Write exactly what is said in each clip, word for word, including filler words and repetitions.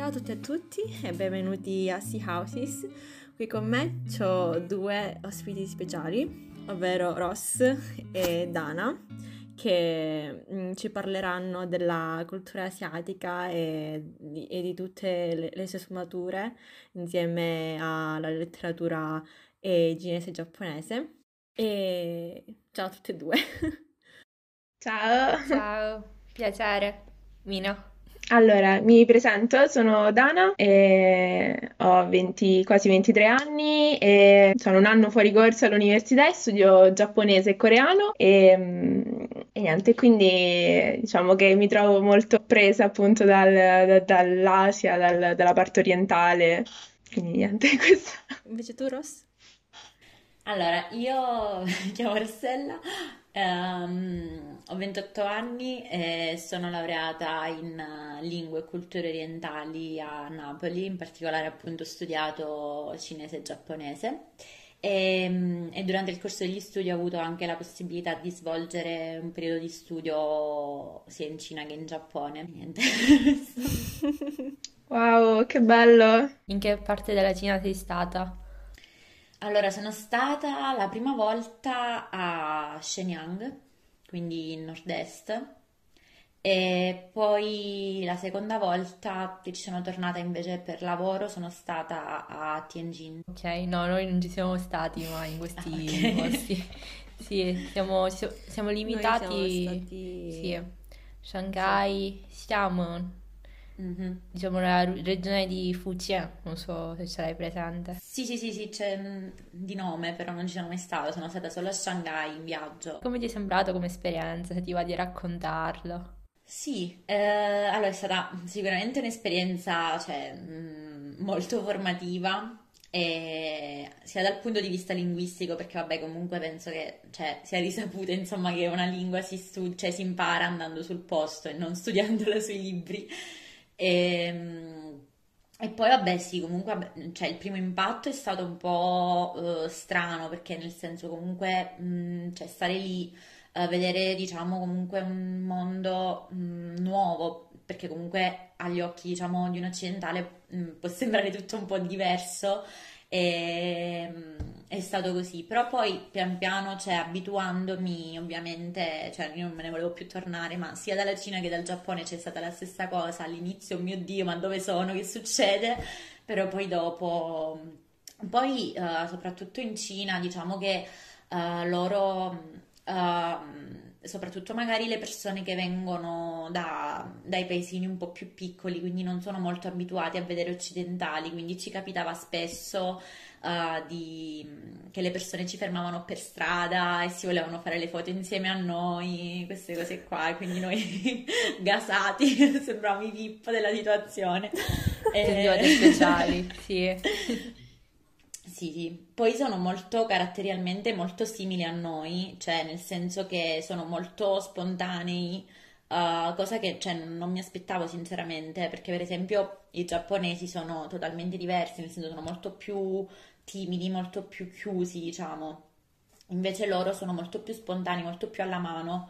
Ciao a tutti e a tutti e benvenuti a Sea Houses. Qui con me ho due ospiti speciali, ovvero Ross e Dana, che mm, ci parleranno della cultura asiatica e di, e di tutte le, le sue sfumature insieme alla letteratura eh, cinese e giapponese. E ciao a tutte e due. Ciao, Ciao, piacere. Mina. allora mi presento, sono Dana e ho venti, quasi ventitré anni e sono un anno fuori corso all'università e studio giapponese e coreano e, mm, e niente, quindi diciamo che mi trovo molto presa appunto dal- da- dall'Asia, dal- dalla parte orientale, quindi niente, questo. Invece tu, Ross? Allora, io mi chiamo Rossella, ehm, ho ventotto anni e sono laureata in eh, lingue e culture orientali a Napoli, in particolare appunto ho studiato cinese e giapponese e, mm, e durante il corso degli studi ho avuto anche la possibilità di svolgere un periodo di studio sia in Cina che in Giappone. Niente. Wow, che bello! In che parte della Cina sei stata? Allora, sono stata la prima volta a Shenyang, quindi in nord-est, e poi la seconda volta che ci sono tornata invece per lavoro sono stata a Tianjin. Ok, no, noi non ci siamo stati mai in Ah, questi ok. posti. Sì, siamo, ci siamo siamo Noi siamo limitati, sì, stati... Sì. Shanghai, siamo, Mhm. diciamo, nella ru- regione di Fujian, non so se ce l'hai presente. Sì, sì, sì, sì, c'è mm, di nome, però non ci sono mai stata, sono stata solo a Shanghai in viaggio. Come ti è sembrato come esperienza, se ti va di raccontarlo? Sì, eh, allora è stata sicuramente un'esperienza, cioè, mh, molto formativa, e sia dal punto di vista linguistico, perché vabbè, comunque penso che, cioè, sia risaputo, insomma, che una lingua si stu- cioè, si impara andando sul posto e non studiandola sui libri. E, mh, e poi vabbè, sì, comunque, vabbè, cioè, il primo impatto è stato un po' eh, strano, perché nel senso comunque, mh, cioè, stare lì eh, vedere, diciamo, comunque un mondo mh, nuovo, perché comunque agli occhi, diciamo, di un occidentale mh, può sembrare tutto un po' diverso e mh, è stato così, però poi pian piano, cioè, abituandomi, ovviamente, cioè, io non me ne volevo più tornare, ma sia dalla Cina che dal Giappone c'è stata la stessa cosa, all'inizio, oh mio Dio, ma dove sono? Che succede? Però poi dopo, poi eh, soprattutto in Cina, diciamo che eh, loro ehm, soprattutto magari le persone che vengono da- dai paesini un po' più piccoli, quindi non sono molto abituati a vedere occidentali, quindi ci capitava spesso eh, di- che le persone ci fermavano per strada e si volevano fare le foto insieme a noi, queste cose qua, e quindi noi gasati, sembravamo i V I P della situazione. Sentivate E- speciali, sì. Sì, sì, poi sono molto caratterialmente molto simili a noi, cioè nel senso che sono molto spontanei, eh, cosa che cioè, non non mi aspettavo sinceramente, perché per esempio i giapponesi sono totalmente diversi, nel senso sono molto più timidi, molto più chiusi, diciamo. Invece loro sono molto più spontanei, molto più alla mano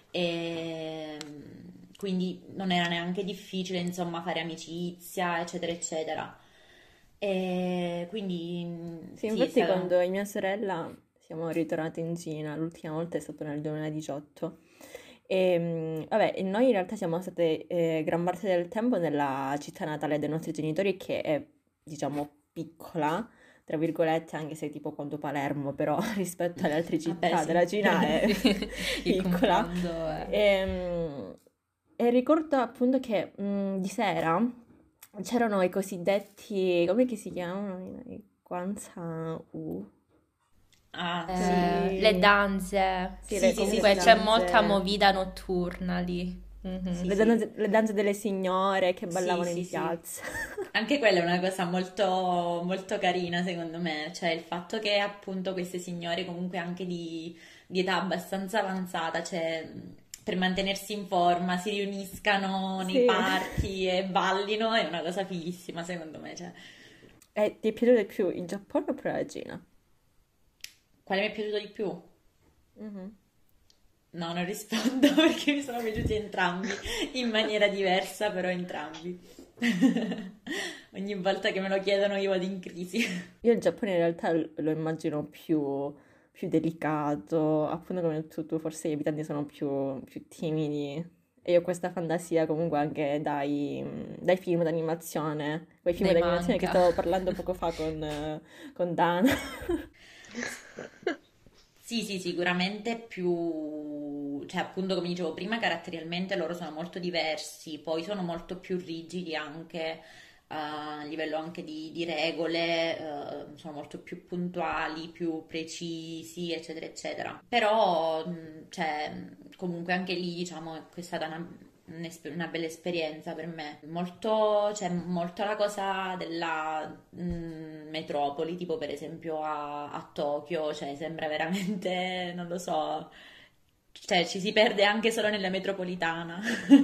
e quindi non era neanche difficile, insomma, fare amicizia, eccetera, eccetera. E quindi mm, Sì, sì, è infatti stata... quando io e mia sorella siamo ritornate in Cina, l'ultima volta è stato nel duemiladiciotto, e mm, vabbè, e noi in realtà siamo state eh, gran parte del tempo nella città natale dei nostri genitori, che è, diciamo, piccola, tra virgolette, anche se tipo quanto Palermo, però rispetto alle altre Vabbè, città della sì. Cina è Sì, il piccola. confronto è... E, mm, e ricordo appunto che mm, di sera c'erano i cosiddetti, come che si chiamano? I Kwanzaa-u. Ah, sì. Eh, le Quelli... danze, Sì, Sì, le, sì, sì, come sì, le comunque sì. c'è molta danze... movida notturna lì. Sì, Mhm. Le sì. danze, le danze delle signore che Sì, ballavano sì, in sì. piazza. Anche quella è una cosa molto, molto carina, secondo me, cioè il fatto che appunto queste signore comunque anche di, di età abbastanza avanzata, cioè per mantenersi in forma, si riuniscano nei Sì. parchi e ballino, è una cosa fighissima, secondo me, cioè. E ti è piaciuto di più il Giappone oppure la Cina? Quale mi è piaciuto di più? Mhm. No, non rispondo perché mi sono piaciuti entrambi in maniera diversa, però entrambi. Ogni volta che me lo chiedono io vado in crisi. Io il Giappone in realtà l- lo immagino più, più delicato, appunto come hai detto tu, forse gli abitanti sono più, più timidi. E io ho questa fantasia comunque anche dai, dai film d'animazione, quei film Dai d'animazione che manga. stavo parlando poco fa con, eh, con Dana. Sì, sì, sicuramente più, cioè appunto come dicevo prima, caratterialmente loro sono molto diversi, poi sono molto più rigidi anche eh, a livello anche di, di regole, eh, sono molto più puntuali, più precisi, eccetera, eccetera. Però, mh, cioè, comunque anche lì, diciamo, è stata una, un'esper- una bella esperienza per me. Molto, c'è molto la cosa della mh, metropoli, tipo per esempio a, a Tokyo, cioè sembra veramente, non lo so, cioè ci si perde anche solo nella metropolitana.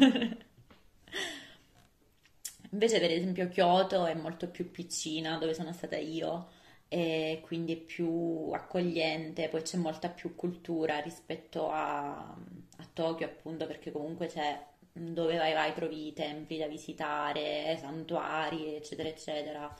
Invece, per esempio, Kyoto è molto più piccina, dove sono stata io, e quindi è più accogliente, poi c'è molta più cultura rispetto a, a Tokyo, appunto, perché comunque c'è dove vai, vai, trovi templi da visitare, santuari, eccetera, eccetera.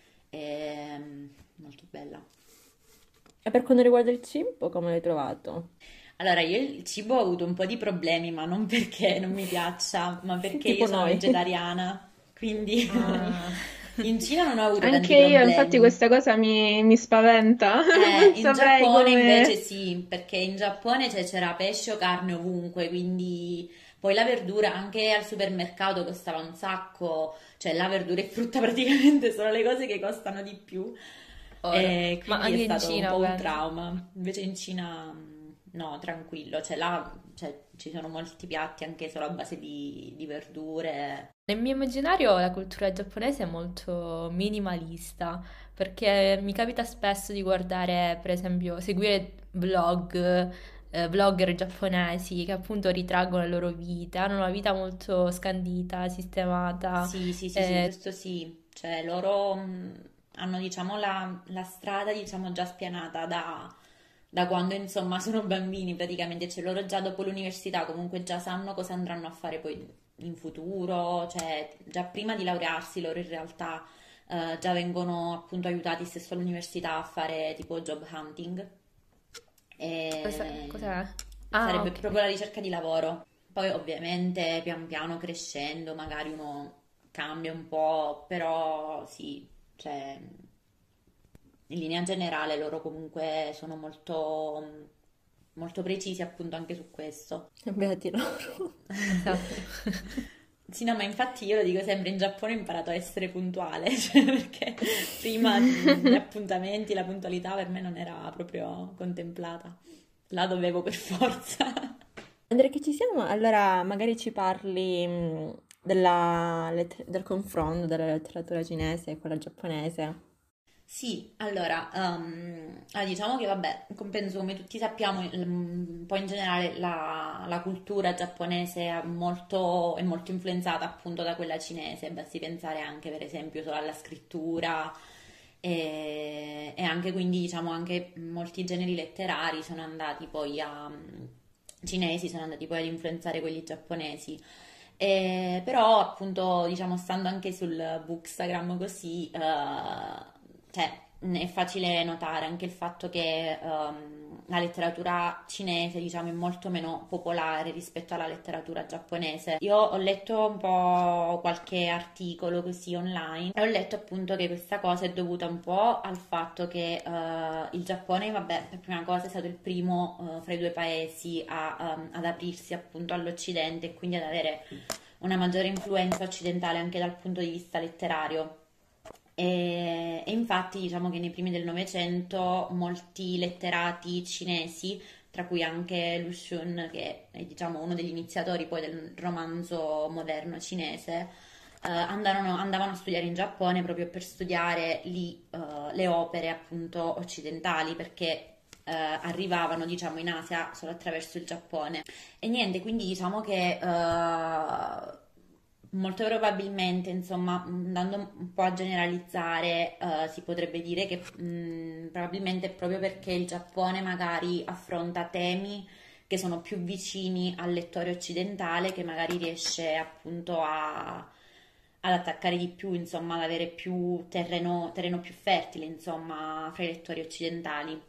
È molto bella. E per quanto riguarda il cibo, come l'hai trovato? Allora, io il cibo ho avuto un po' di problemi, ma non perché non mi piaccia, ma perché io Tipo sono noi. vegetariana, quindi Ah, in Cina non ho avuto tanti Anche io, infatti, problemi. questa cosa mi, mi spaventa. Eh, Non in saprei Giappone invece come. sì, perché in Giappone c'è- c'era pesce o carne ovunque, quindi poi la verdura anche al supermercato costava un sacco, cioè la verdura e frutta praticamente sono le cose che costano di più, ora. e Ma quindi è anche in stato un Cina, po' un penso. trauma. Invece in Cina mh, no, tranquillo, cioè là cioè, ci sono molti piatti anche solo a base di, di verdure. Nel mio immaginario la cultura giapponese è molto minimalista, perché mi capita spesso di guardare, per esempio, seguire vlog, eh, vlogger giapponesi che appunto ritraggono la loro vita, hanno una vita molto scandita, sistemata. Sì, sì, sì, sì, eh, questo sì, cioè loro mh, hanno diciamo la, la strada diciamo già spianata da, da quando insomma sono bambini praticamente, cioè loro già dopo l'università comunque già sanno cosa andranno a fare poi in futuro, cioè già prima di laurearsi loro in realtà eh, già vengono appunto aiutati stesso all'università a fare tipo job hunting, cosa- e cos'è? Ah, sarebbe ok. proprio la ricerca di lavoro. Poi ovviamente pian piano crescendo magari uno cambia un po', però sì, cioè in linea generale loro comunque sono molto, molto precisi appunto anche su questo. Beati loro. Esatto. Sì, no, ma infatti io lo dico sempre, in Giappone ho imparato a essere puntuale, cioè perché prima mh, gli appuntamenti, la puntualità per me non era proprio contemplata. Là dovevo per forza. Andrea, che ci siamo, allora magari ci parli mh, della let- del confronto della letteratura cinese e quella giapponese. Sì, allora, ehm, ah, diciamo che vabbè, com- penso come tutti sappiamo, il- un po' in generale la, la cultura giapponese è molto, è molto influenzata appunto da quella cinese, basti pensare anche per esempio solo alla scrittura e, e anche quindi diciamo anche molti generi letterari sono andati poi a, cinesi sono andati poi ad influenzare quelli giapponesi. Eh, però appunto diciamo stando anche sul Bookstagram così eh, cioè è facile notare anche il fatto che ehm, la letteratura cinese diciamo è molto meno popolare rispetto alla letteratura giapponese. Io ho letto un po' qualche articolo così online e ho letto appunto che questa cosa è dovuta un po' al fatto che eh, il Giappone, vabbè, per prima cosa è stato il primo eh, fra i due paesi a, ehm, ad aprirsi appunto all'Occidente e quindi ad avere una maggiore influenza occidentale anche dal punto di vista letterario. E, e infatti diciamo che nei primi del Novecento molti letterati cinesi, tra cui anche Lu Xun, che è diciamo uno degli iniziatori poi del romanzo moderno cinese, eh, andarono- andavano a studiare in Giappone proprio per studiare lì eh, le opere appunto occidentali, perché eh, arrivavano diciamo in Asia solo attraverso il Giappone. E niente, quindi diciamo che eh, molto probabilmente, insomma, andando un po' a generalizzare, eh, si potrebbe dire che mh, probabilmente è proprio perché il Giappone magari affronta temi che sono più vicini al lettore occidentale, che magari riesce appunto a, ad attaccare di più, insomma, ad avere più terreno, terreno più fertile, insomma, fra i lettori occidentali.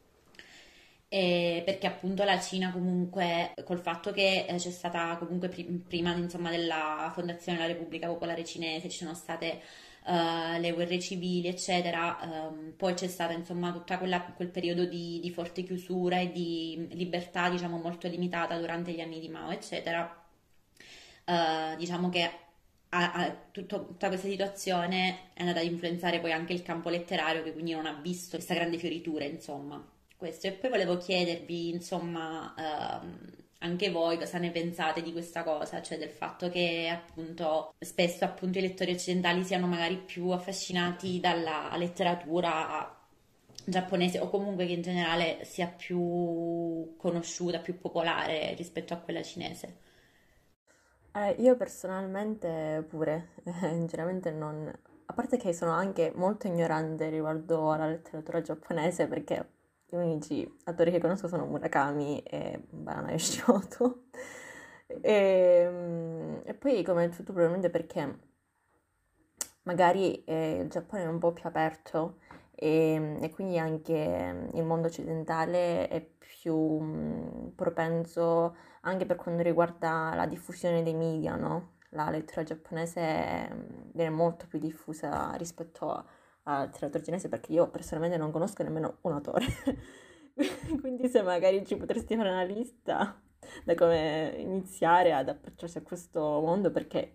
E perché appunto la Cina comunque, col fatto che eh, c'è stata comunque pri- prima insomma della fondazione della Repubblica Popolare Cinese, ci sono state eh, le guerre civili, eccetera, ehm, poi c'è stato insomma tutto quel periodo di, di forte chiusura e di libertà, diciamo, molto limitata durante gli anni di Mao, eccetera. Eh, diciamo che a- a- tutto- tutta questa situazione è andata ad influenzare poi anche il campo letterario, che quindi non ha visto questa grande fioritura, insomma. Questo. E poi volevo chiedervi, insomma, ehm, anche voi cosa ne pensate di questa cosa, cioè del fatto che appunto spesso appunto i lettori occidentali siano magari più affascinati dalla letteratura giapponese o comunque che in generale sia più conosciuta, più popolare rispetto a quella cinese. Eh, io personalmente pure, eh, sinceramente non... A parte che sono anche molto ignorante riguardo alla letteratura giapponese perché gli unici autori che conosco sono Murakami e Banana Yoshimoto. E, mm, e poi, come hai detto tu, probabilmente perché magari eh, il Giappone è un po' più aperto e, e quindi anche il mondo occidentale è più mm, propenso anche per quanto riguarda la diffusione dei media, no? La letteratura giapponese mm, viene molto più diffusa rispetto a- alla letteratura cinese perché io personalmente non conosco nemmeno un autore. Quindi se magari ci potresti fare una lista da come iniziare ad approcciarsi a questo mondo perché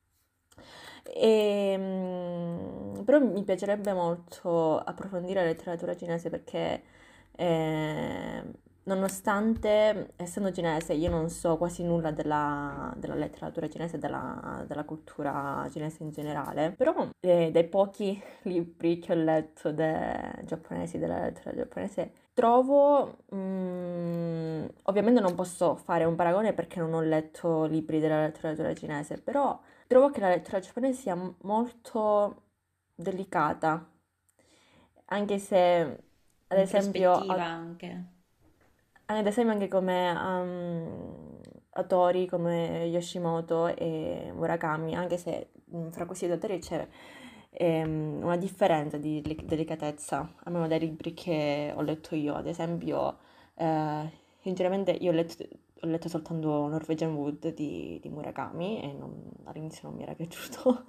e, mm, però mi piacerebbe molto approfondire la letteratura cinese perché eh, nonostante essendo cinese io non so quasi nulla della, della letteratura cinese e della, della cultura cinese in generale, però eh, dai pochi libri che ho letto de- giapponesi, della letteratura giapponese, trovo, mm, ovviamente non posso fare un paragone perché non ho letto libri della letteratura cinese, però trovo che la letteratura giapponese sia m- molto delicata, anche se, ad esempio, Introspettiva a- anche. ad esempio anche come um, autori come Yoshimoto e Murakami, anche se mm, fra questi due autori c'è ehm, una differenza di deli- delicatezza, almeno dai libri che ho letto io. Ad esempio, eh, sinceramente io ho letto, ho letto soltanto Norwegian Wood di, di Murakami e non- all'inizio non mi era piaciuto.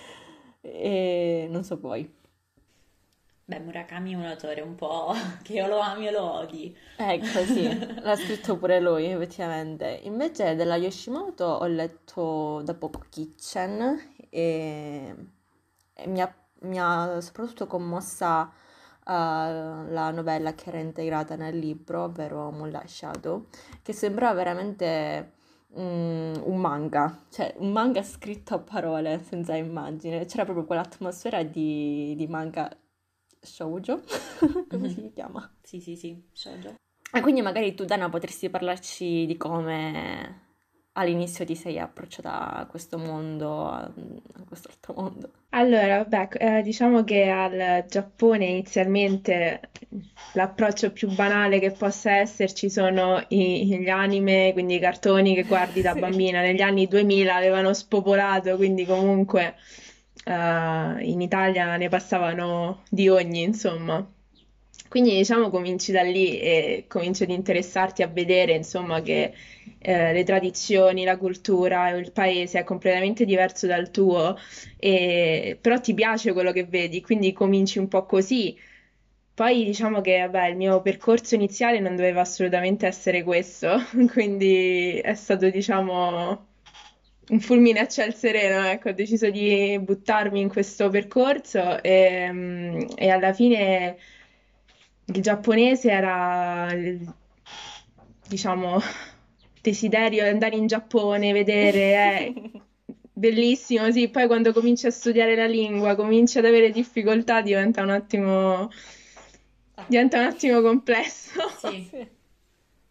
E non so voi. Beh, Murakami è un autore un po' che o lo ami o lo odi. Ecco, sì, l'ha scritto pure lui, effettivamente. Invece della Yoshimoto ho letto da poco Kitchen e, e mi ha, mi ha soprattutto commossa eh, la novella che era integrata nel libro, ovvero Moonlight Shadow, che sembrava veramente mm, un manga, cioè un manga scritto a parole, senza immagine. C'era proprio quell'atmosfera di, di manga shoujo, come si chiama? Sì, sì, sì, shoujo. E quindi magari tu, Dana, potresti parlarci di come all'inizio ti sei approcciata a questo mondo, a, a quest'altro mondo. Allora, vabbè, eh, diciamo che al Giappone inizialmente l'approccio più banale che possa esserci sono i- gli anime, quindi i cartoni che guardi da Sì. bambina. Negli anni duemila avevano spopolato, quindi comunque eh, in Italia ne passavano di ogni, insomma. Quindi diciamo cominci da lì e cominci ad interessarti a vedere, insomma, che eh, le tradizioni, la cultura, il paese è completamente diverso dal tuo, e- però ti piace quello che vedi, quindi cominci un po' così. Poi diciamo che vabbè, il mio percorso iniziale non doveva assolutamente essere questo, quindi è stato, diciamo, un fulmine a ciel sereno, ecco, ho deciso di buttarmi in questo percorso e, mm, e alla fine il giapponese era, il, diciamo, desiderio di andare in Giappone, vedere, è bellissimo, sì, poi quando cominci a studiare la lingua, cominci ad avere difficoltà, diventa un attimo, diventa un attimo complesso. Sì. Sì.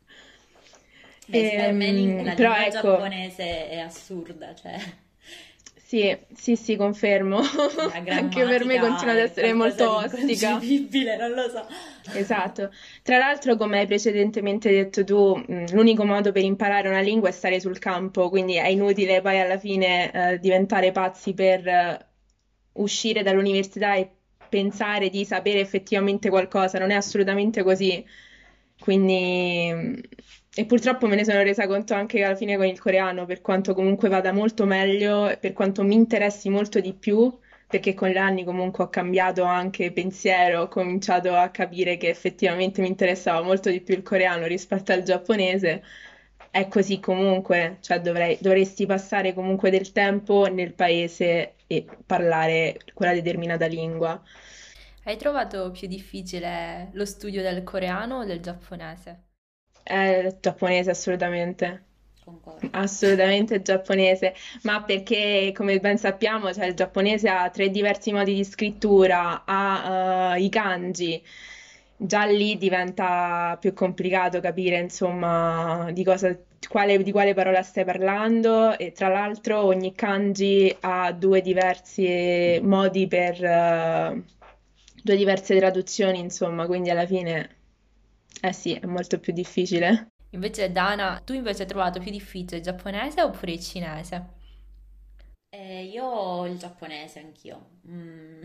Beh, sì, per me ling- Ehm, la però lingua ecco. giapponese è assurda, cioè Sì, sì, sì, confermo. La Anche per me grammatica continua ad è essere qualcosa molto di ostica. inconcepibile, non lo so. Esatto. Tra l'altro, come hai precedentemente detto tu, mh, l'unico modo per imparare una lingua è stare sul campo, quindi è inutile poi alla fine eh, diventare pazzi per eh, uscire dall'università e pensare di sapere effettivamente qualcosa. Non è assolutamente così. Quindi, mh, e purtroppo me ne sono resa conto anche alla fine con il coreano, per quanto comunque vada molto meglio, e per quanto mi interessi molto di più perché con gli anni comunque ho cambiato anche pensiero, ho cominciato a capire che effettivamente mi interessava molto di più il coreano rispetto al giapponese. È così comunque, cioè dovrei- dovresti passare comunque del tempo nel paese e parlare quella determinata lingua. Hai trovato più difficile lo studio del coreano o del giapponese? È giapponese assolutamente. Concordo. Assolutamente giapponese, ma perché come ben sappiamo, cioè, il giapponese ha tre diversi modi di scrittura, ha eh, i kanji, già lì diventa più complicato capire insomma di cosa, quale, di quale parola stai parlando e tra l'altro ogni kanji ha due diversi modi per, eh, due diverse traduzioni insomma, quindi alla fine, eh sì, è molto più difficile. Invece, Dana, tu invece hai trovato più difficile il giapponese oppure il cinese? Eh, io ho il giapponese anch'io. Mm.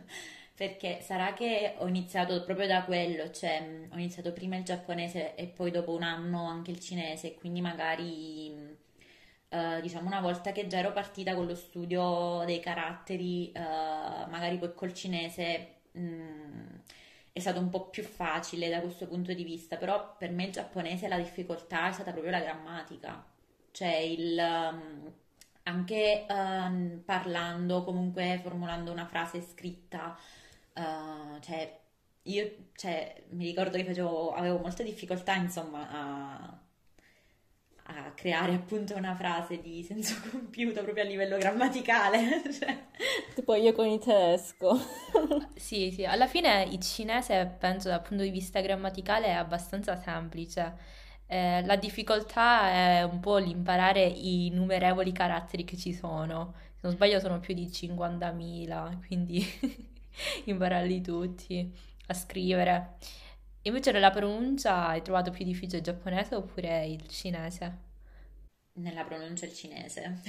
Perché sarà che ho iniziato proprio da quello, cioè mm, ho iniziato prima il giapponese e poi dopo un anno anche il cinese, quindi magari mm, eh, diciamo una volta che già ero partita con lo studio dei caratteri, eh, magari poi col cinese mm, è stato un po' più facile da questo punto di vista, però per me il giapponese la difficoltà è stata proprio la grammatica, cioè il, um, anche ehm, parlando, comunque formulando una frase scritta, eh, cioè io cioè, mi ricordo che facevo, avevo molta difficoltà insomma a, a creare appunto una frase di senso compiuto proprio a livello grammaticale. Cioè. Tipo io con il tedesco. Sì, sì, alla fine il cinese penso dal punto di vista grammaticale è abbastanza semplice. Eh, la difficoltà è un po' l'imparare i innumerevoli caratteri che ci sono. Se non sbaglio sono più di cinquantamila, quindi impararli tutti a scrivere. Invece nella pronuncia hai trovato più difficile il giapponese oppure il cinese? Nella pronuncia il cinese.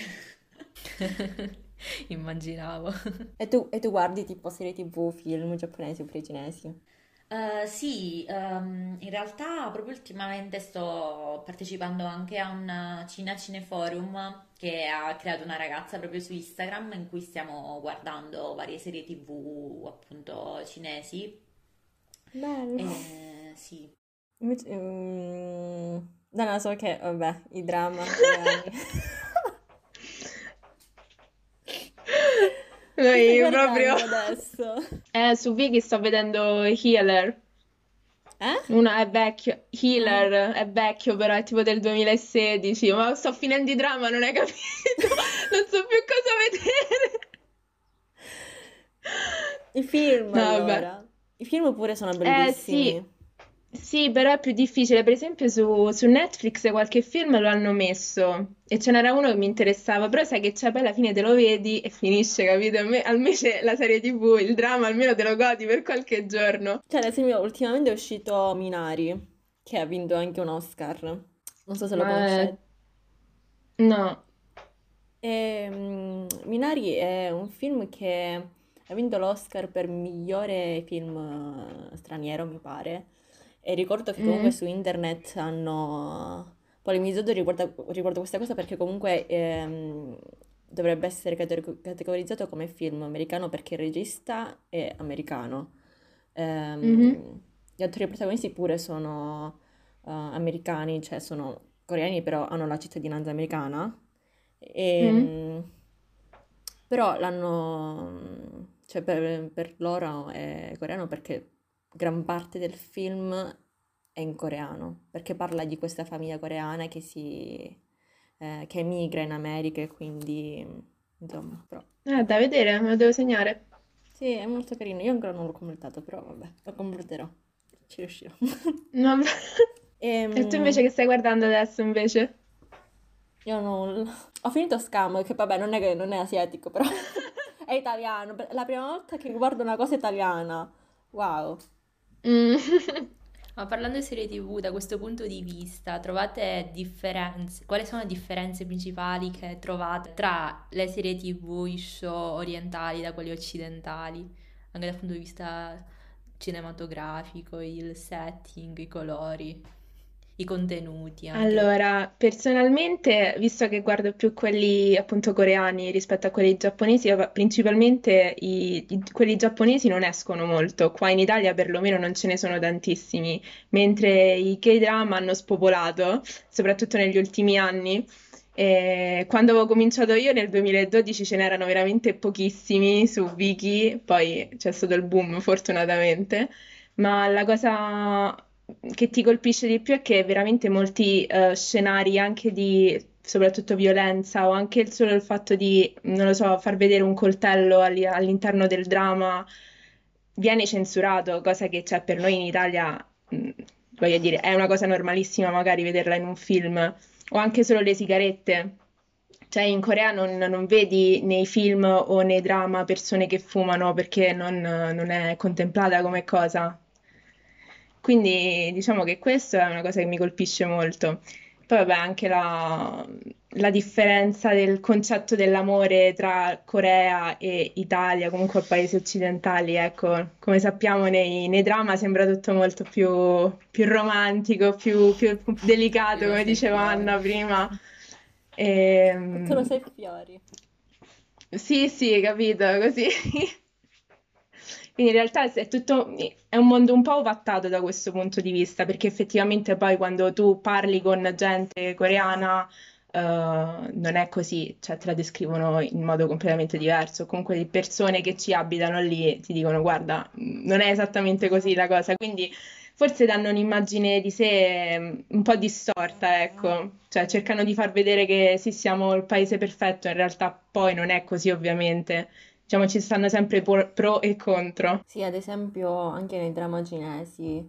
Immaginavo. E tu, e tu guardi tipo serie T V, film giapponesi oppure cinesi? Eh, sì, ehm, in realtà proprio ultimamente sto partecipando anche a un Cina Cineforum che ha creato una ragazza proprio su Instagram in cui stiamo guardando varie serie T V appunto cinesi. Bello. Eh, sì. Invece, mm, Dana, so che, vabbè, i drama coreani. Che stai Noi proprio... guardando adesso? Eh, su Viki sto vedendo Healer. Eh? Uno è vecchio, Ah. Healer è vecchio, però è tipo del duemilasedici. Ma sto finendo i drama, non hai capito? Non so più cosa vedere. I film, No, vabbè. allora. I film pure sono Eh sì, bellissimi. sì, però è più difficile. Per esempio su, su Netflix qualche film lo hanno messo e ce n'era uno che mi interessava, però sai che c'è, poi alla fine te lo vedi e finisce, capito? A me- Invece la serie T V, il dramma, almeno te lo godi per qualche giorno. Cioè, ad esempio, ultimamente è uscito Minari, che ha vinto anche un Oscar. Non so se lo Ma conoscete. eh, no. E, mm, Minari è un film che ha vinto l'Oscar per migliore film eh, straniero, mi pare. E ricordo che comunque Mm, su internet hanno polemizzato riguardo, riguardo questa cosa perché comunque ehm, dovrebbe essere catego- categorizzato come film americano perché il regista è americano. mhm, Ehm, gli attori protagonisti pure sono eh, americani, cioè sono coreani, però hanno la cittadinanza americana. mm. Ehm, però l'hanno, cioè per, per loro è coreano perché gran parte del film è in coreano, perché parla di questa famiglia coreana che si, eh, che emigra in America e quindi, insomma, però. Eh, da vedere, me lo devo segnare. Sì, è molto carino. Io ancora non l'ho completato, però vabbè, lo completerò. Ci riuscirò. Vabbè. E tu invece Ehm, che stai guardando adesso invece? Io non... Ho finito Scam, che vabbè non è che non è asiatico, però è italiano. È la prima volta che guardo una cosa italiana. Wow. Mm. Ma parlando di serie T V, da questo punto di vista, trovate differenze? Quali sono le differenze principali che trovate tra le serie T V, i show orientali da quelli occidentali? Anche dal punto di vista cinematografico, il setting, i colori, i contenuti anche. Allora, personalmente, visto che guardo più quelli appunto coreani rispetto a quelli giapponesi, io principalmente i- i- quelli giapponesi non escono molto. Qua in Italia perlomeno non ce ne sono tantissimi, mentre i K-drama hanno spopolato, soprattutto negli ultimi anni. E quando avevo cominciato io nel duemiladodici ce n'erano veramente pochissimi su Viki, poi c'è stato il boom fortunatamente. Ma la cosa che ti colpisce di più è che veramente molti eh, scenari anche di soprattutto violenza o anche il solo il fatto di, non lo so, far vedere un coltello alli- all'interno del dramma viene censurato, cosa che c'è per noi in Italia, mh, voglio dire, è una cosa normalissima magari vederla in un film o anche solo le sigarette. Cioè, in Corea non, non vedi nei film o nei drama persone che fumano perché non, non è contemplata come cosa. Quindi diciamo che questo è una cosa che mi colpisce molto. Poi vabbè, anche la, la differenza del concetto dell'amore tra Corea e Italia, comunque paesi occidentali, ecco, come sappiamo nei, nei drama sembra tutto molto più, più romantico, più, più Più delicato, come rose e diceva fiori. Anna prima. Tutto lo Ehm, sai fiori. sì, sì, capito, così. Quindi in realtà è tutto, è un mondo un po' ovattato da questo punto di vista, perché effettivamente poi quando tu parli con gente coreana, eh, non è così, cioè te la descrivono in modo completamente diverso. Comunque le persone che ci abitano lì ti dicono, guarda, non è esattamente così la cosa. Quindi forse danno un'immagine di sé mm, un po' distorta, ecco, cioè cercano di far vedere che sì, siamo il paese perfetto, in realtà poi non è così ovviamente. Diciamo ci stanno sempre pro, pro e contro. Sì, ad esempio anche nei dramma cinesi,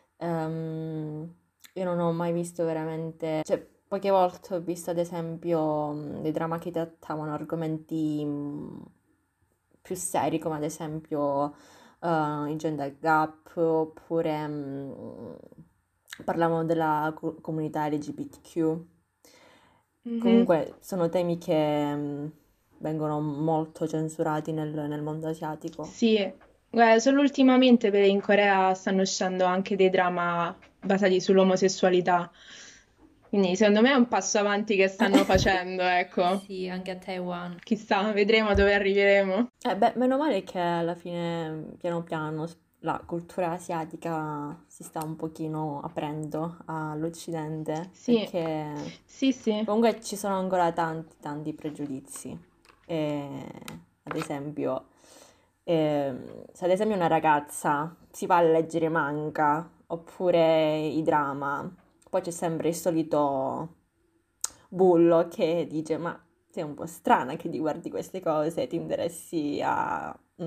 ehm, io non ho mai visto veramente, cioè poche volte ho visto ad esempio mh, dei dramma che trattavano argomenti mh, più seri come ad esempio eh, il gender gap oppure mh, parlavano della co- comunità L G B T Q. Mhm. Comunque sono temi che mh, vengono molto censurati nel nel mondo asiatico. Sì, guarda, solo ultimamente per- in Corea stanno uscendo anche dei drama basati sull'omosessualità. Quindi secondo me è un passo avanti che stanno facendo, ecco. Sì, anche a Taiwan. Chissà, vedremo dove arriveremo. Eh beh, meno male che alla fine, piano piano, s- la cultura asiatica si sta un pochino aprendo all'Occidente, Sì, perché sì, sì. comunque ci sono ancora tanti, tanti pregiudizi. E, ad esempio, ehm, se ad esempio una ragazza si va a leggere manga oppure i drama, poi c'è sempre il solito bullo che dice: Ma sei un po' strana che ti guardi queste cose, ti interessi a... Mm.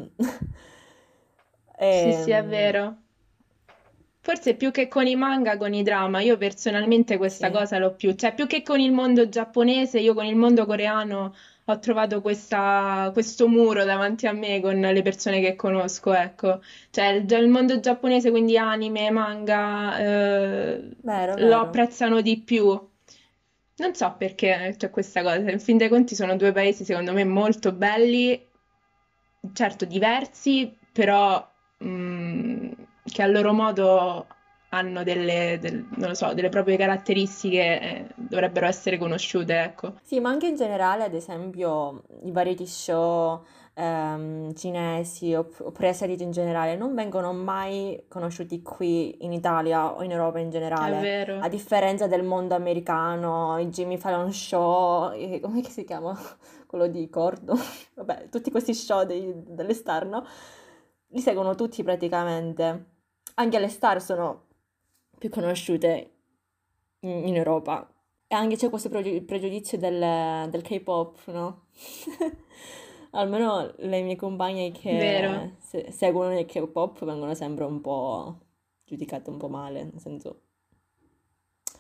Sì, sì, è Ehm, vero. Forse più che con i manga, con i drama, io personalmente questa sì. cosa l'ho più, cioè più che con il mondo giapponese, io con il mondo coreano ho trovato questa- questo muro davanti a me con le persone che conosco, ecco. Cioè il, il mondo giapponese, quindi anime, manga, eh, Vero, lo vero. apprezzano di più. Non so perché c'è questa cosa, in fin dei conti sono due paesi secondo me molto belli, certo diversi, però mh, che a loro modo hanno delle, del- non lo so, delle proprie caratteristiche, eh, dovrebbero essere conosciute, ecco. Sì, ma anche in generale, ad esempio, i variety show ehm, cinesi opp- oppure serie in generale non vengono mai conosciuti qui in Italia o in Europa in È generale, a vero. differenza del mondo americano, i Jimmy Fallon Show, e- come si chiama? Quello di Cordo, vabbè, tutti questi show dei- delle star, no? Li seguono tutti praticamente. Anche le star sono più conosciute in, in Europa. E anche c'è questo pregiu- pregiudizio del, del K-pop, no? Almeno le mie compagne Vero. che se- seguono il K-pop vengono sempre un po' giudicate un po' male, nel senso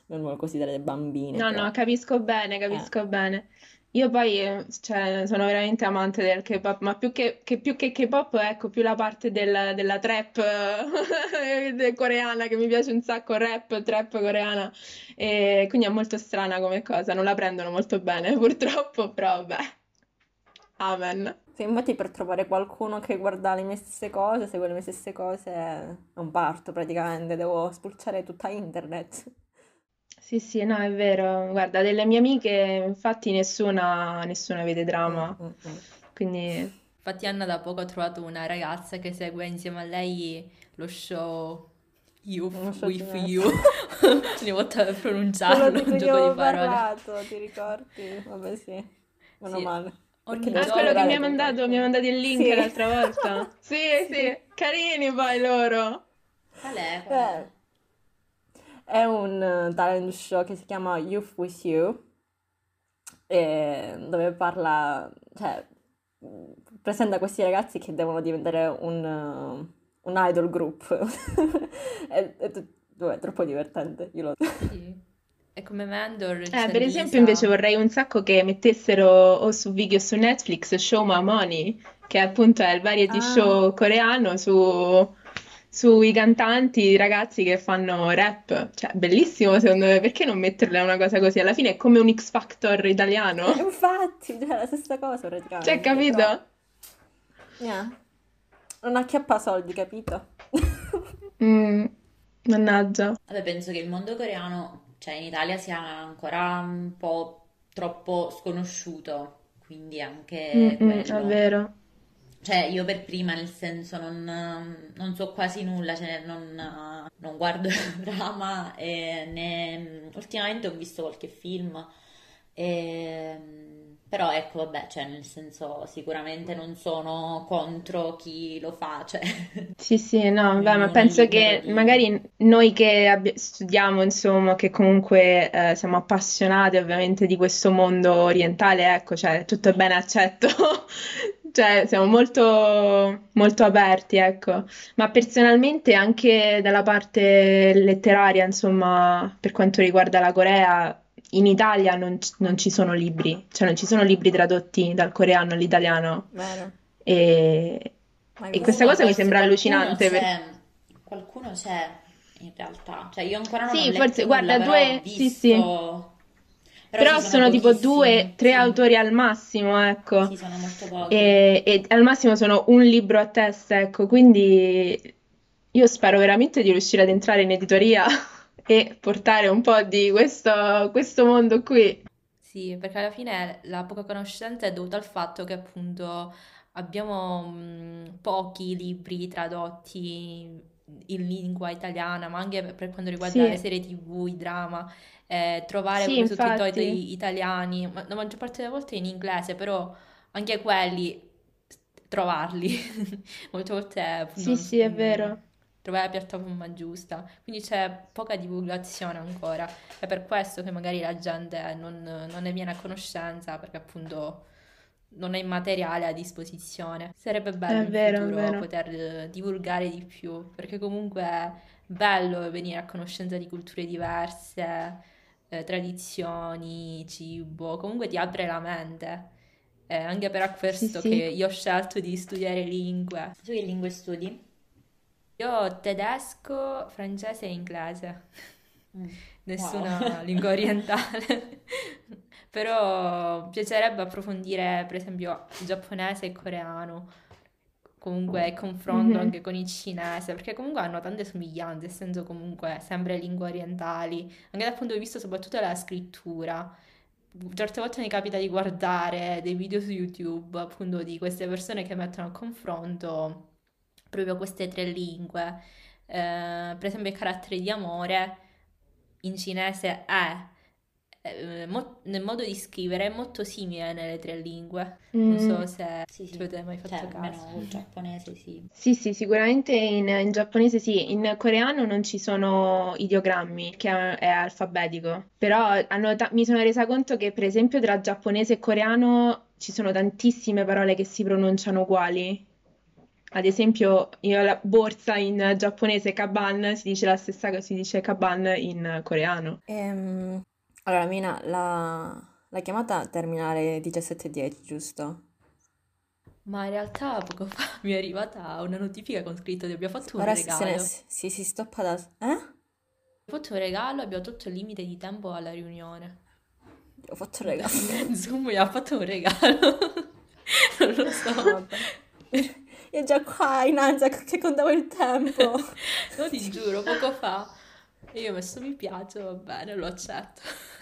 non vuole considerare bambine, No, no, però... capisco bene, Eh. capisco bene. Io poi, eh, cioè, sono veramente amante del K-pop, ma più che, che- più che K-pop, ecco, più la parte del- della trap eh, de- coreana, che mi piace un sacco, rap, trap coreana, e quindi è molto strana come cosa, non la prendono molto bene, purtroppo, però vabbè, amen. Sì, infatti per trovare qualcuno che guarda le mie stesse cose, segue le mie stesse cose, è un parto praticamente, devo spulciare tutta internet. Sì, sì, no, è vero. Guarda, delle mie amiche, infatti, nessuna, nessuna vede Mm, drama, mm, mm. quindi... Infatti Anna da poco ha trovato una ragazza che segue insieme a lei lo show Non Youth so with cinese. You. Ogni volta per Quello pronunciarlo, di un cui ti gioco di avevo parole. parlato, ti ricordi? Vabbè, sì, meno Sì, male. Perché ogni devo Ah, quello che giorno. mi sperare hai con mandato, mi hai qualcuno. mandato il link Sì. l'altra volta. Sì, sì, Sì. carini poi loro. Qual è? Qual è? Eh, è un eh, talent show che si chiama Youth with You, e dove parla, cioè, mh, presenta questi ragazzi che devono diventare un, eh, un idol group. È, è tut- vabbè, troppo divertente, io lo... Sì. E come mentor Eh, c'è per esempio, invece Lisa. vorrei un sacco che mettessero o su video o su Netflix Show My Money, che appunto è il variety Ah, show coreano su, sui cantanti, i ragazzi che fanno rap. Cioè, bellissimo secondo me, perché non metterla una cosa così? Alla fine è come un X Factor italiano. eh, infatti, cioè, la stessa cosa Cioè, praticamente, però, capito? yeah, non acchiappa soldi, capito? Mm, mannaggia. Vabbè, penso che il mondo coreano, cioè in Italia, sia ancora un po' troppo sconosciuto, quindi Mm, anche mm, è quello. vero. Cioè, io per prima, nel senso, non, non so quasi nulla, cioè non, non guardo drama e né... Ultimamente ho visto qualche film, e- però ecco, vabbè, cioè nel senso, sicuramente non sono contro chi lo fa, cioè Sì, sì, no, vabbè, ma ognuno è penso libero che di... magari noi che abbi- studiamo, insomma, che comunque eh, siamo appassionati ovviamente di questo mondo orientale, ecco, cioè tutto è bene accetto, cioè siamo molto, molto aperti, ecco. Ma personalmente anche dalla parte letteraria, insomma, per quanto riguarda la Corea, in Italia non, c- non ci sono libri, cioè non ci sono libri tradotti dal coreano all'italiano. Vero, E, mai e Uh, questa visto. ma cosa mi forse sembra qualcuno allucinante. per- c'è, qualcuno c'è in realtà, cioè io ancora non ho Sì, letto forse, nulla, guarda, però ho due, sì, sì, visto, però ci però sono sono tipo due, pochissimi, tre sì, autori al massimo, ecco, sì, sono molto pochi. e, e al massimo sono un libro a testa, ecco, quindi io spero veramente di riuscire ad entrare in editoria e portare un po' di questo, questo mondo qui. Sì, perché alla fine la poca conoscenza è dovuta al fatto che appunto abbiamo mh, pochi libri tradotti in lingua italiana, ma anche per per quanto riguarda le Sì, serie T V, i drama, eh, trovare sì, quei infatti, sottotitoli italiani, ma la maggior parte delle volte in inglese, però anche quelli trovarli, molte volte appunto sì, non s- sì, è mh, vero. trovare la piattaforma giusta, quindi c'è poca divulgazione ancora. È per questo che magari la gente non, non ne viene a conoscenza, perché appunto non è materiale a disposizione. Sarebbe bello È in vero, è futuro vero. poter eh, divulgare di più, perché comunque è bello venire a conoscenza di culture diverse, eh, tradizioni, cibo, comunque ti apre la mente. È anche per Sì, questo che sì. io ho scelto di studiare lingue. Tu che lingue studi? Io tedesco, francese e inglese, Mm. Wow. nessuna lingua orientale, però mi piacerebbe approfondire per esempio il giapponese e il coreano, comunque il confronto Mhm. anche con il cinese, perché comunque hanno tante somiglianze, essendo comunque sempre lingue orientali, anche dal punto di vista soprattutto della scrittura. Certe volte mi capita di guardare dei video su YouTube, appunto, di queste persone che mettono a confronto proprio queste tre lingue. Eh, per esempio, il carattere di amore in cinese è, eh, mo- nel modo di scrivere, è molto simile nelle tre lingue. Non Mm. so se Sì, ci sì, avete mai cioè fatto caso. almeno col giapponese sì. Sì, sì, sicuramente in, in giapponese sì, in coreano non ci sono ideogrammi, che è, è alfabetico, però hanno ta- mi sono resa conto che per esempio tra giapponese e coreano ci sono tantissime parole che si pronunciano uguali. Ad esempio, io la borsa in giapponese kaban si dice la stessa cosa, si dice kaban in coreano. Ehm, allora, Mina, la, la chiamata termina alle diciassette e dieci, giusto? Ma in realtà poco fa mi è arrivata una notifica con scritto che abbiamo fatto un Ora se ne, regalo. si, si stoppa da... Eh? Abbiamo fatto un regalo e abbiamo tolto il limite di tempo alla riunione. Ho fatto il regalo. Zoom mi ha fatto un regalo. Non lo No, so. vabbè. Io già qua in ansia che contavo il tempo. No, ti giuro, poco fa. E io ho messo mi piace, va bene, lo accetto.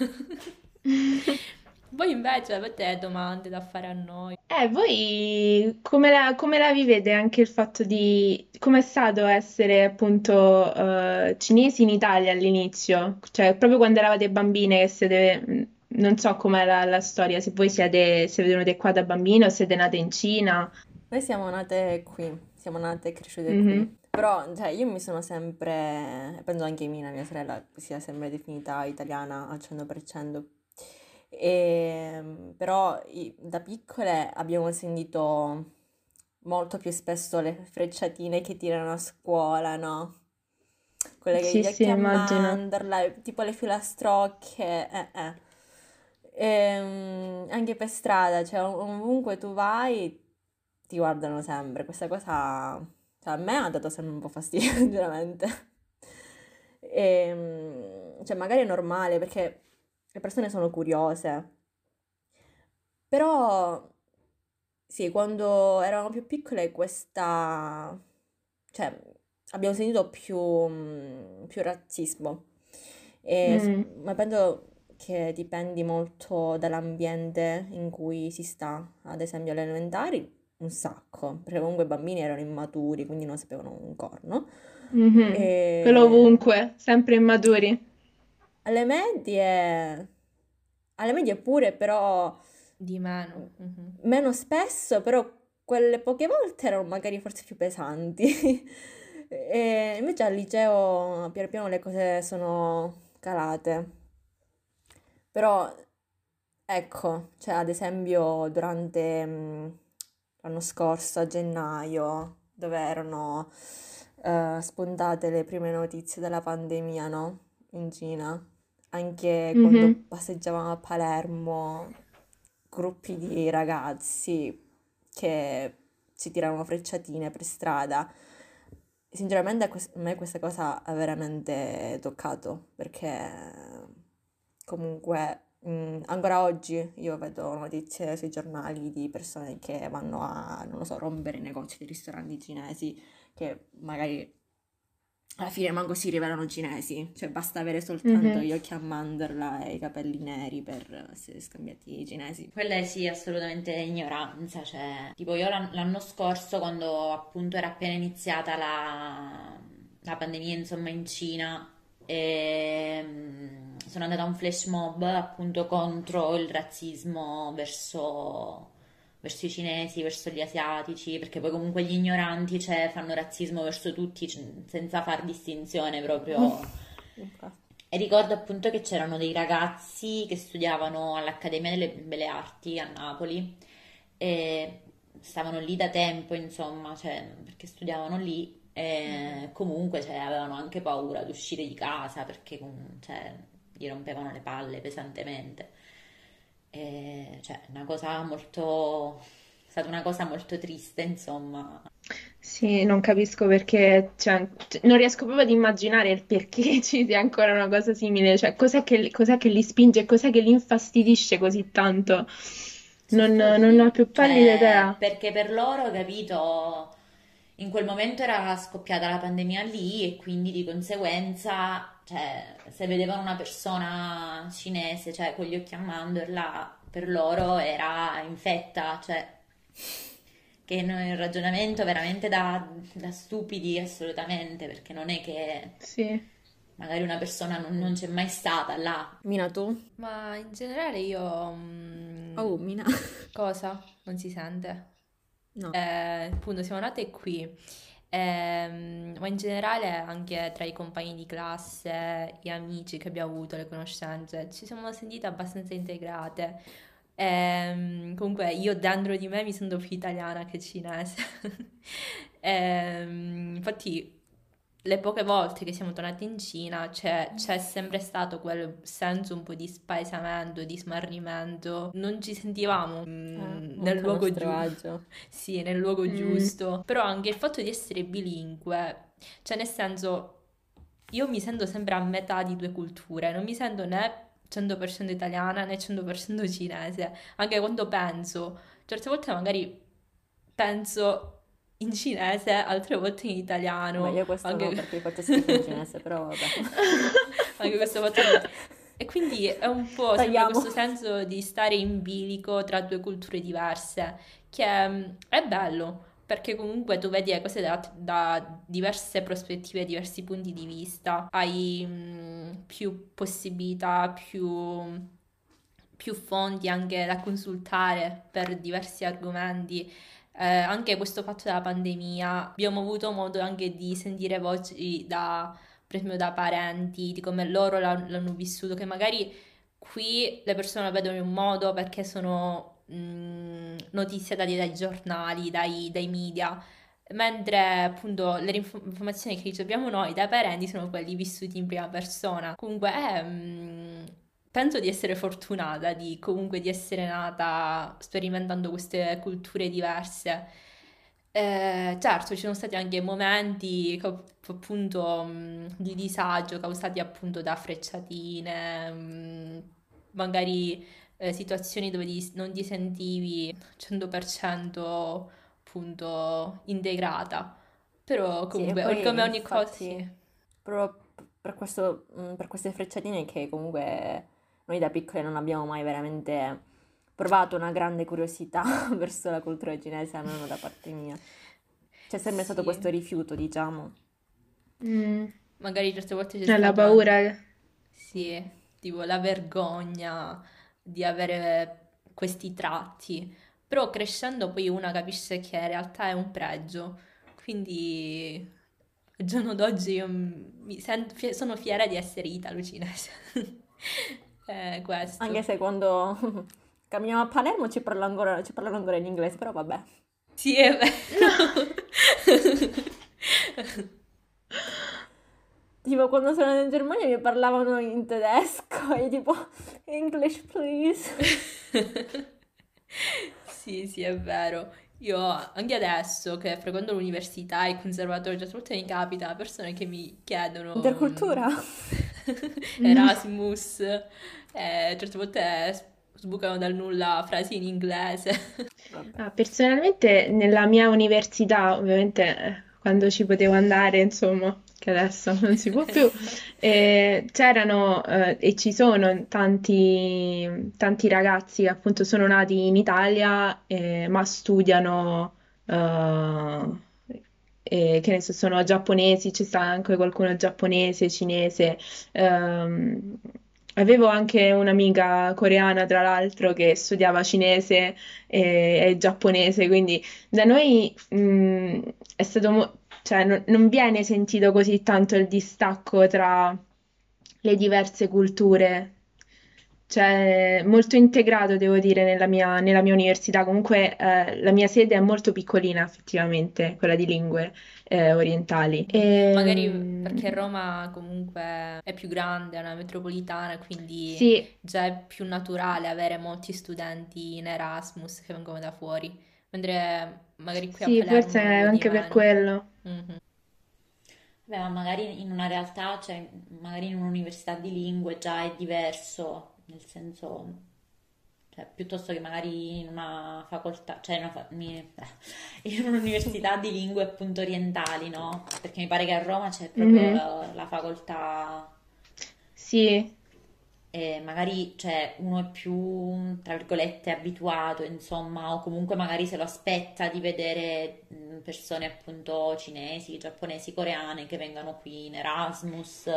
Voi invece avete domande da fare a noi? Eh, voi come la, come la vivete anche il fatto di come è stato essere appunto eh, cinesi in Italia all'inizio? Cioè, proprio quando eravate bambine, che siete, mh, non so com'è la, la storia, se voi siete, siete venute qua da bambine o siete nate in Cina. Noi siamo nate qui, siamo nate e cresciute qui. Mhm. Però, cioè, io mi sono sempre, e penso anche Mina, mia sorella, sia sempre definita italiana al cento per cento. E, però i- da piccole abbiamo sentito molto più spesso le frecciatine che tirano a scuola, no? Quelle che Sì, gli sì, occhi a immagino. mandorla, tipo le filastrocche, eh, eh. Ehm, anche per strada, cioè ov- ovunque tu vai ti guardano sempre. Questa cosa, cioè, a me ha dato sempre un po' fastidio, sinceramente. Ehm, cioè, magari è normale perché le persone sono curiose, però sì, quando eravamo più piccole questa, cioè, abbiamo sentito più, mm, più razzismo. E s- Mm. ma penso che dipendi molto dall'ambiente in cui si sta, ad esempio alle elementari, un sacco, perché comunque i bambini erano immaturi, quindi non sapevano un corno. Mhm. Quello E ovunque, sempre immaturi. alle medie, alle medie pure, però Di meno. Mhm. meno spesso, però quelle poche volte erano magari forse più pesanti. E invece al liceo piano piano le cose sono calate. Però ecco, cioè ad esempio durante mh, l'anno scorso a gennaio, dove erano eh, spuntate le prime notizie della pandemia, no? In Cina, anche quando Mhm. passeggiavamo a Palermo, gruppi di ragazzi che si tiravano frecciatine per strada. Sinceramente a quest- a me questa cosa ha veramente toccato perché comunque mm, ancora oggi io vedo notizie sui giornali di persone che vanno a, non lo so, rompere i negozi dei ristoranti cinesi che magari alla fine manco si rivelano cinesi, cioè basta avere soltanto Mhm. gli occhi a mandorla e i capelli neri per essere scambiati cinesi. Quella è sì, assolutamente ignoranza, cioè, tipo io l'an- l'anno scorso quando appunto era appena iniziata la, la pandemia, insomma, in Cina, ehm, sono andata a un flash mob appunto contro il razzismo verso, verso i cinesi, verso gli asiatici, perché poi comunque gli ignoranti, cioè, fanno razzismo verso tutti, c- senza far distinzione proprio. Infatti. E ricordo appunto che c'erano dei ragazzi che studiavano all'Accademia delle Belle Arti a Napoli e stavano lì da tempo, insomma, cioè, perché studiavano lì e comunque cioè, avevano anche paura di uscire di casa perché com- cioè, gli rompevano le palle pesantemente. E, cioè, una cosa molto... è stata una cosa molto triste, insomma. Sì, non capisco perché, cioè, c- non riesco proprio ad immaginare il perché ci sia ancora una cosa simile, cioè, cos'è che, cos'è che li spinge, cos'è che li infastidisce così tanto? Sono Non, non ho stupidi, più pallida cioè, idea. perché per loro, capito, in quel momento era scoppiata la pandemia lì e quindi di conseguenza, cioè, se vedevano una persona cinese, cioè, con gli occhi a mandorla, per loro era infetta, cioè, che non è un ragionamento veramente da, da stupidi assolutamente, perché non è che Sì. magari una persona non, non c'è mai stata là. Mina tu? Ma in generale io... mm, Oh, Mina. cosa? Non si sente? No. Eh, appunto, siamo nate qui. Ehm, ma in generale anche tra i compagni di classe, gli amici che abbiamo avuto, le conoscenze, ci siamo sentite abbastanza integrate. Ehm, comunque io dentro di me mi sento più italiana che cinese. Ehm, infatti le poche volte che siamo tornati in Cina c'è c'è sempre stato quel senso un po' di spaesamento, di smarrimento. Non ci sentivamo Eh, mm, nel molto a luogo nostro giusto. agio. Sì, nel luogo Mm. giusto. Però anche il fatto di essere bilingue, cioè nel senso, io mi sento sempre a metà di due culture, non mi sento né cento per cento italiana né cento per cento cinese. Anche quando penso, certe volte magari penso in cinese, altre volte in Vabbè, italiano, io questo no anche, perché faccio schifo in cinese, però vabbè. anche questa volta. E quindi è un po' sempre Tagliamo. questo senso di stare in bilico tra due culture diverse, che mm, è bello, perché comunque tu vedi le cose da, da diverse prospettive, diversi punti di vista, hai mm, più possibilità, più, più fonti anche da consultare per diversi argomenti. Eh, anche questo fatto della pandemia, abbiamo avuto modo anche di sentire voci da, per esempio, da parenti, di come loro l'han- l'hanno vissuto, che magari qui le persone lo vedono in un modo perché sono mh, notizie date dai giornali, dai, dai media, mentre appunto le rinfo- informazioni che riceviamo noi dai parenti sono quelli vissuti in prima persona. Comunque è, mh, penso di essere fortunata, di comunque di essere nata sperimentando queste culture diverse. Eh, certo, ci sono stati anche momenti co- appunto mh, di disagio causati appunto da frecciatine, mh, magari eh, situazioni dove ti- non ti sentivi cento per cento appunto integrata. Però Sì, e comunque, o- come poi ogni cosa, infatti sì. proprio per questo, mm, per queste frecciatine che comunque noi da piccole non abbiamo mai veramente provato una grande curiosità verso la cultura cinese, almeno da parte mia. C'è sempre stato Sì, questo rifiuto, diciamo. Mm. magari certe volte c'è Eh, La stato anche, paura. sì, tipo la vergogna di avere questi tratti, però crescendo poi una capisce che in realtà è un pregio, quindi al giorno d'oggi io mi sento, fie- sono fiera di essere italo-cinese. È Anche questo. se quando camminiamo a Palermo ci parlano ancora, ci parlano ancora in inglese, però vabbè. Sì, è No. vero. Tipo, quando sono andata in Germania mi parlavano in tedesco e io tipo, English please. Sì, sì, è vero. Io anche adesso che frequento l'università e il conservatorio, certe volte mi capita persone che mi chiedono mm, Intercultura. Mm. Erasmus, e certe volte sbucano dal nulla frasi in inglese. Vabbè. Ah, personalmente nella mia università, ovviamente eh, quando ci potevo andare, insomma, che adesso non si può più, eh, c'erano eh, e ci sono tanti, tanti ragazzi che appunto sono nati in Italia, eh, ma studiano, eh, e, che ne so, sono giapponesi, c'è sta anche qualcuno giapponese, cinese. ehm, Avevo anche un'amica coreana, tra l'altro, che studiava cinese e, e giapponese, quindi da noi mh, è stato, mo- cioè, non, non viene sentito così tanto il distacco tra le diverse culture, cioè molto integrato, devo dire, nella mia, nella mia università. Comunque eh, la mia sede è molto piccolina, effettivamente, quella di lingue eh, orientali. Mhm. Magari Ehm, perché Roma comunque è più grande, è una metropolitana, quindi sì, già è più naturale avere molti studenti in Erasmus che vengono da fuori, mentre magari qui a sì, forse Palermo è lo vedi anche per meno. quello. Mhm. Beh, ma magari in una realtà, cioè magari in un'università di lingue già è diverso, nel senso, cioè, piuttosto che magari in una facoltà, cioè in, una fa- mi- eh, in un'università di lingue appunto orientali, no? Perché mi pare che a Roma c'è proprio Mhm. eh, la facoltà Sì, e magari cioè, uno è più, tra virgolette, abituato, insomma, o comunque magari se lo aspetta di vedere mh, persone appunto cinesi, giapponesi, coreane che vengano qui in Erasmus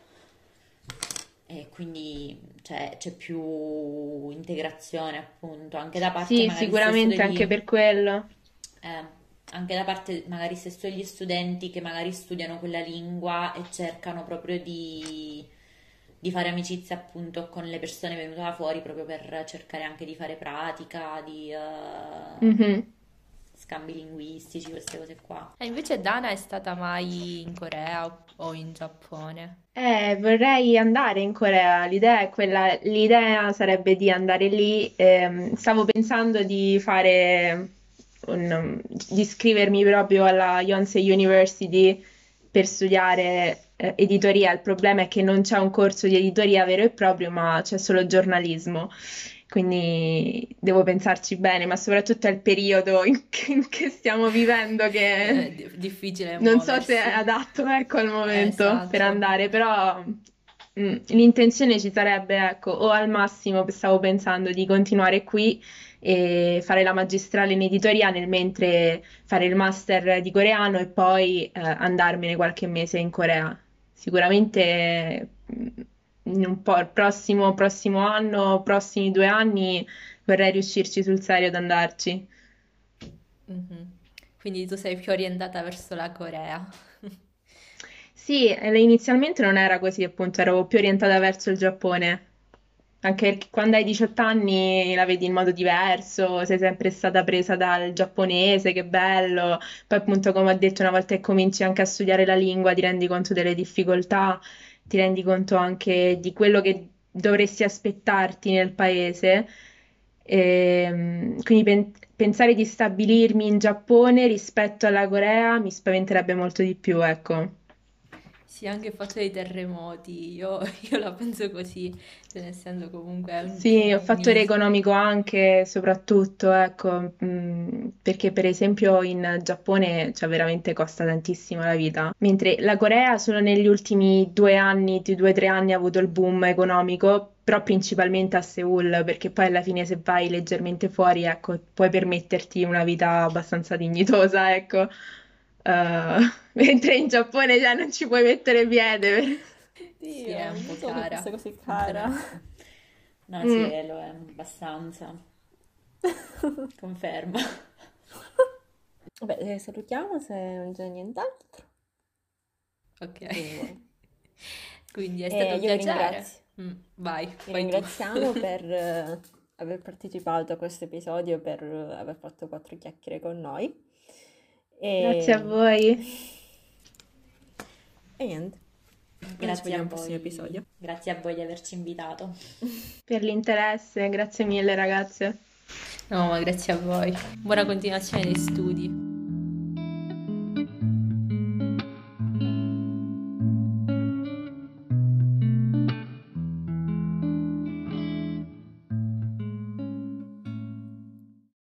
e quindi cioè, c'è più integrazione appunto anche da parte sì, magari stesso sicuramente anche degli per quello. eh, anche da parte magari stesso degli studenti che magari studiano quella lingua e cercano proprio di, di fare amicizia appunto con le persone venute da fuori proprio per cercare anche di fare pratica, di, eh, Mhm. scambi linguistici, queste cose qua. E invece Dana è stata mai in Corea o o in Giappone? Eh, vorrei andare in Corea, l'idea è quella, l'idea sarebbe di andare lì. Ehm, stavo pensando di fare un- di iscrivermi proprio alla Yonsei University per studiare eh, editoria. Il problema è che non c'è un corso di editoria vero e proprio, ma c'è solo giornalismo. Quindi devo pensarci bene, ma soprattutto è il periodo in che, in che stiamo vivendo È che di- difficile non so se è muoversi. adatto, ecco, al Eh, momento per esatto. andare, però mm, l'intenzione ci sarebbe, ecco, o al massimo stavo pensando di continuare qui e fare la magistrale in editoria nel mentre fare il master di coreano e poi eh, andarmene qualche mese in Corea. Sicuramente mm, in un po' il prossimo, prossimo anno, prossimi due anni vorrei riuscirci sul serio ad andarci. Mhm. Quindi tu sei più orientata verso la Corea. Sì, eh, inizialmente non era così, appunto, ero più orientata verso il Giappone. Anche perché quando hai diciotto anni la vedi in modo diverso, sei sempre stata presa dal giapponese, che bello. Poi, appunto, come ho detto, una volta che cominci anche a studiare la lingua, ti rendi conto delle difficoltà, ti rendi conto anche di quello che dovresti aspettarti nel paese. Ehm, quindi pen- pensare di stabilirmi in Giappone rispetto alla Corea mi spaventerebbe molto di più, ecco. Sì, anche il fatto dei terremoti, io, io la penso così, cioè nel senso comunque è un- Sì, ho fattore un'isola. economico anche, soprattutto, ecco, mh, perché per esempio in Giappone cioè, veramente costa tantissimo la vita, mentre la Corea solo negli ultimi due anni, di due o tre anni ha avuto il boom economico, però principalmente a Seoul, perché poi alla fine se vai leggermente fuori, ecco, puoi permetterti una vita abbastanza dignitosa, ecco. Eh, mentre in Giappone cioè, non ci puoi mettere piede. Sì, è Dio, un non po' so che fosse cara. così cara. Oltre- No, sì, Mm. eh, lo è abbastanza, confermo. Vabbè, eh, salutiamo se non c'è nient'altro. Ok. E, Quindi è stato e un io vi piacere. ringrazio. Mm, vai, Vi vai tu. ringraziamo per eh, aver partecipato a questo episodio, per eh, aver fatto quattro chiacchiere con noi. Grazie a E, voi. e niente, noi ci Grazie a vediamo al prossimo voi, episodio. grazie a voi di averci invitato. Per l'interesse, grazie mille ragazze. No, ma grazie a voi. Buona continuazione dei studi.